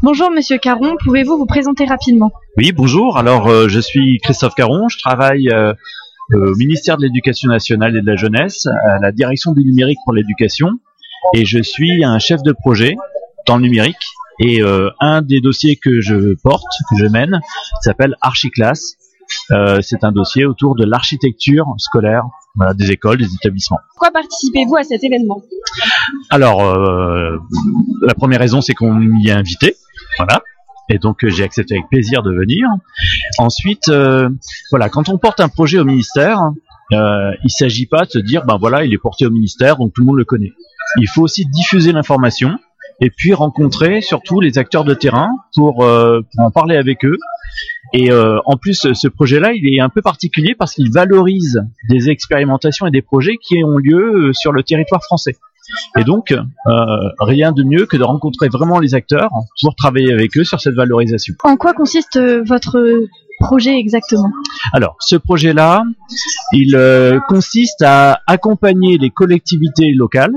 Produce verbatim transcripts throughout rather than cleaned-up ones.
Bonjour Monsieur Caron, pouvez-vous vous présenter rapidement? Oui, bonjour. Alors, euh, je suis Christophe Caron, je travaille euh, au ministère de l'Éducation nationale et de la jeunesse, à la direction du numérique pour l'éducation, et je suis un chef de projet dans le numérique. Et euh, un des dossiers que je porte, que je mène, s'appelle Archiclass. Euh, c'est un dossier autour de l'architecture scolaire, voilà, des écoles, des établissements. Pourquoi participez-vous à cet événement? Alors, euh, la première raison, c'est qu'on m'y a invité, voilà, et donc euh, j'ai accepté avec plaisir de venir. Ensuite, euh, voilà, quand on porte un projet au ministère, euh, il s'agit pas de se dire, ben voilà, il est porté au ministère, donc tout le monde le connaît. Il faut aussi diffuser l'information et puis rencontrer surtout les acteurs de terrain pour, euh, pour en parler avec eux. Et euh, en plus, ce projet-là, il est un peu particulier parce qu'il valorise des expérimentations et des projets qui ont lieu sur le territoire français. Et donc, euh, rien de mieux que de rencontrer vraiment les acteurs pour travailler avec eux sur cette valorisation. En quoi consiste euh, votre projet exactement? Alors, ce projet-là, il euh, consiste à accompagner les collectivités locales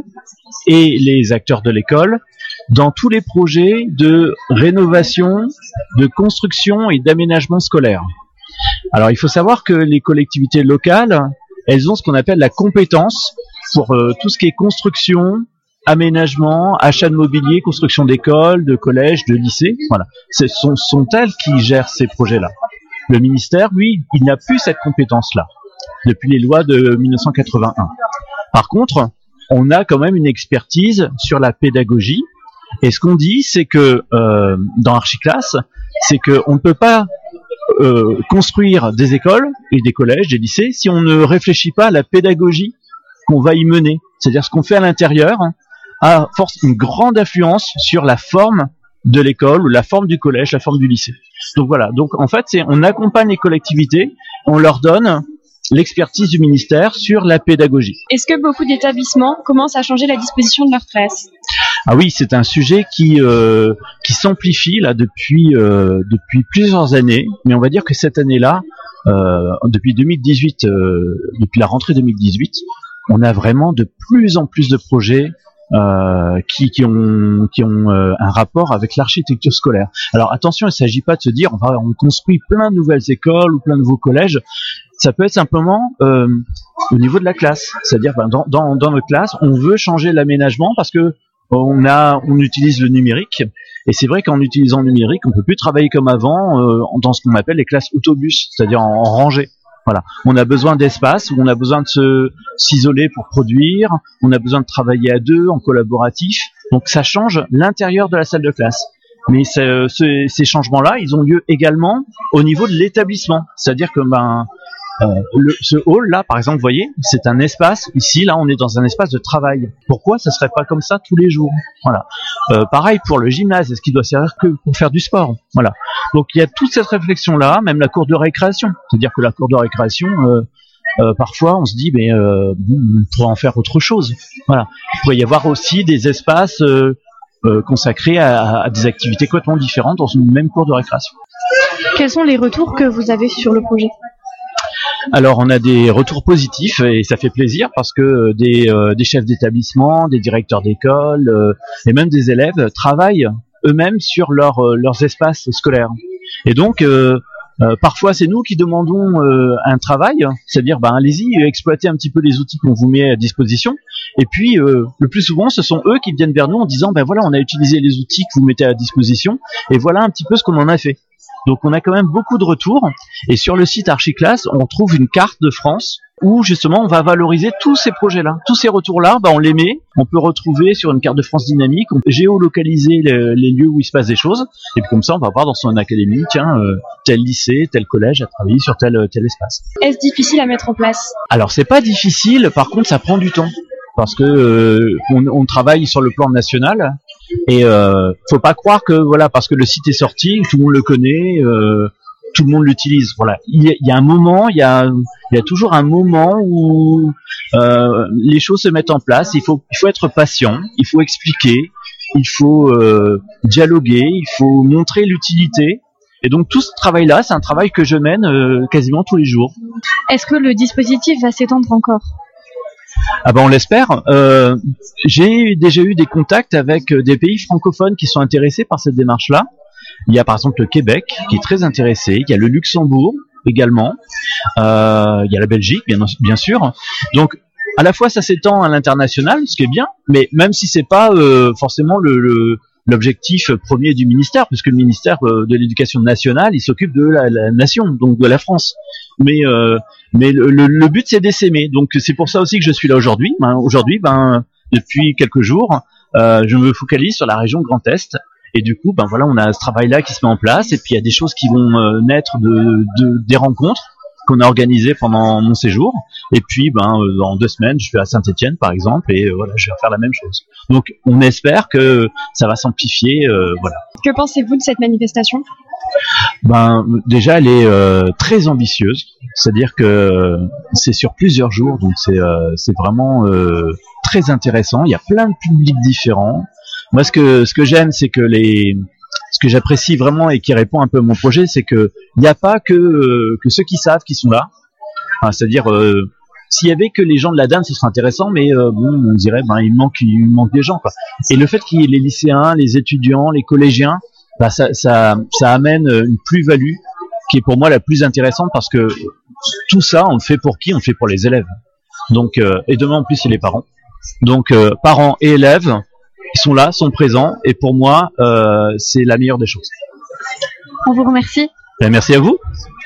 et les acteurs de l'école dans tous les projets de rénovation, de construction et d'aménagement scolaire. Alors, il faut savoir que les collectivités locales, elles ont ce qu'on appelle la compétence pour euh, tout ce qui est construction, aménagement, achat de mobilier, construction d'écoles, de collèges, de lycées. Voilà, ce sont, sont elles qui gèrent ces projets-là. Le ministère, lui, il n'a plus cette compétence-là depuis les lois de mille neuf cent quatre-vingt-un. Par contre, on a quand même une expertise sur la pédagogie. Et ce qu'on dit, c'est que euh, dans Archiclass, c'est qu'on ne peut pas euh, construire des écoles et des collèges, des lycées, si on ne réfléchit pas à la pédagogie qu'on va y mener. C'est-à-dire ce qu'on fait à l'intérieur a force une grande influence sur la forme de l'école ou la forme du collège, la forme du lycée. Donc voilà. Donc en fait, c'est on accompagne les collectivités, on leur donne l'expertise du ministère sur la pédagogie. Est-ce que beaucoup d'établissements commencent à changer la disposition de leur classe? Ah oui, c'est un sujet qui euh, qui s'amplifie là depuis euh, depuis plusieurs années, mais on va dire que cette année-là, euh, depuis deux mille dix-huit, euh, depuis la rentrée deux mille dix-huit, on a vraiment de plus en plus de projets euh, qui qui ont qui ont euh, un rapport avec l'architecture scolaire. Alors attention, il ne s'agit pas de se dire on va on construit plein de nouvelles écoles ou plein de nouveaux collèges. Ça peut être simplement euh, au niveau de la classe, c'est-à-dire ben, dans dans dans notre classe, on veut changer l'aménagement parce que On a, on utilise le numérique, et c'est vrai qu'en utilisant le numérique, on peut plus travailler comme avant euh, dans ce qu'on appelle les classes autobus, c'est-à-dire en, en rangée. Voilà, on a besoin d'espace, on a besoin de se s'isoler pour produire, on a besoin de travailler à deux, en collaboratif. Donc ça change l'intérieur de la salle de classe. Mais ce, ces changements-là, ils ont lieu également au niveau de l'établissement, c'est-à-dire que ben Euh, le, ce hall là, par exemple, vous voyez, c'est un espace. Ici, là, on est dans un espace de travail. Pourquoi ça serait pas comme ça tous les jours? Voilà. Euh, pareil pour le gymnase. Est-ce qu'il doit servir que pour faire du sport? Voilà. Donc il y a toute cette réflexion là, même la cour de récréation. C'est-à-dire que la cour de récréation, euh, euh, parfois, on se dit, mais euh, bon, on pourrait en faire autre chose. Voilà. Il pourrait y avoir aussi des espaces euh, euh, consacrés à, à des activités complètement différentes dans une même cour de récréation. Quels sont les retours que vous avez sur le projet? Alors on a des retours positifs et ça fait plaisir parce que des, euh, des chefs d'établissement, des directeurs d'école euh, et même des élèves travaillent eux-mêmes sur leur, euh, leurs espaces scolaires. Et donc euh, euh, parfois c'est nous qui demandons euh, un travail, c'est-à-dire ben, allez-y, exploitez un petit peu les outils qu'on vous met à disposition. Et puis euh, le plus souvent ce sont eux qui viennent vers nous en disant ben voilà, on a utilisé les outils que vous mettez à disposition et voilà un petit peu ce qu'on en a fait. Donc on a quand même beaucoup de retours, et sur le site Archiclass, on trouve une carte de France où justement on va valoriser tous ces projets-là. Tous ces retours-là, bah, on les met, on peut retrouver sur une carte de France dynamique, on peut géolocaliser les, les lieux où il se passe des choses, et puis comme ça on va voir dans son académie, tiens, euh, tel lycée, tel collège a travaillé sur tel, tel espace. Est-ce difficile à mettre en place? Alors c'est pas difficile, par contre ça prend du temps, parce que euh, on, on travaille sur le plan national. Et euh, faut pas croire que voilà parce que le site est sorti, tout le monde le connaît, euh, tout le monde l'utilise. Voilà, il y, a, il y a un moment, il y a, il y a toujours un moment où euh, les choses se mettent en place. Il faut, il faut être patient, il faut expliquer, il faut euh, dialoguer, il faut montrer l'utilité. Et donc tout ce travail-là, c'est un travail que je mène euh, quasiment tous les jours. Est-ce que le dispositif va s'étendre encore? Ah ben on l'espère. Euh, j'ai déjà eu des contacts avec des pays francophones qui sont intéressés par cette démarche-là. Il y a par exemple le Québec qui est très intéressé. Il y a le Luxembourg également. Euh, il y a la Belgique, bien, bien sûr. Donc à la fois ça s'étend à l'international, ce qui est bien, mais même si c'est pas euh, forcément le, le l'objectif premier du ministère, puisque le ministère de l'Éducation nationale, il s'occupe de la, la nation, donc de la France. Mais euh, mais le, le, le but c'est d'essaimer. Donc c'est pour ça aussi que je suis là aujourd'hui. Ben, aujourd'hui, ben depuis quelques jours, euh, je me focalise sur la région Grand Est. Et du coup, ben voilà, on a ce travail-là qui se met en place. Et puis il y a des choses qui vont euh, naître de, de des rencontres qu'on a organisées pendant mon séjour. Et puis, ben euh, dans deux semaines, je vais à Saint-Étienne, par exemple, et euh, voilà, je vais faire la même chose. Donc, on espère que ça va s'amplifier, euh, voilà. Que pensez-vous de cette manifestation ? Ben déjà, elle est euh, très ambitieuse. C'est-à-dire que c'est sur plusieurs jours, donc c'est euh, c'est vraiment euh, très intéressant. Il y a plein de publics différents. Moi, ce que ce que j'aime, c'est que les ce que j'apprécie vraiment et qui répond un peu à mon projet, c'est que il n'y a pas que euh, que ceux qui savent qui sont là. Enfin, c'est-à-dire euh, s'il y avait que les gens de la D A N, ce serait intéressant, mais euh, bon, on dirait ben il manque il manque des gens, quoi. Et le fait qu'il y ait les lycéens, les étudiants, les collégiens, ben, ça ça ça amène une plus-value qui est pour moi la plus intéressante, parce que tout ça, on le fait pour qui ? On le fait pour les élèves. Donc euh, et demain en plus, il y a les parents. Donc euh, parents et élèves, ils sont là, sont présents, et pour moi, euh, c'est la meilleure des choses. On vous remercie. Ben, merci à vous.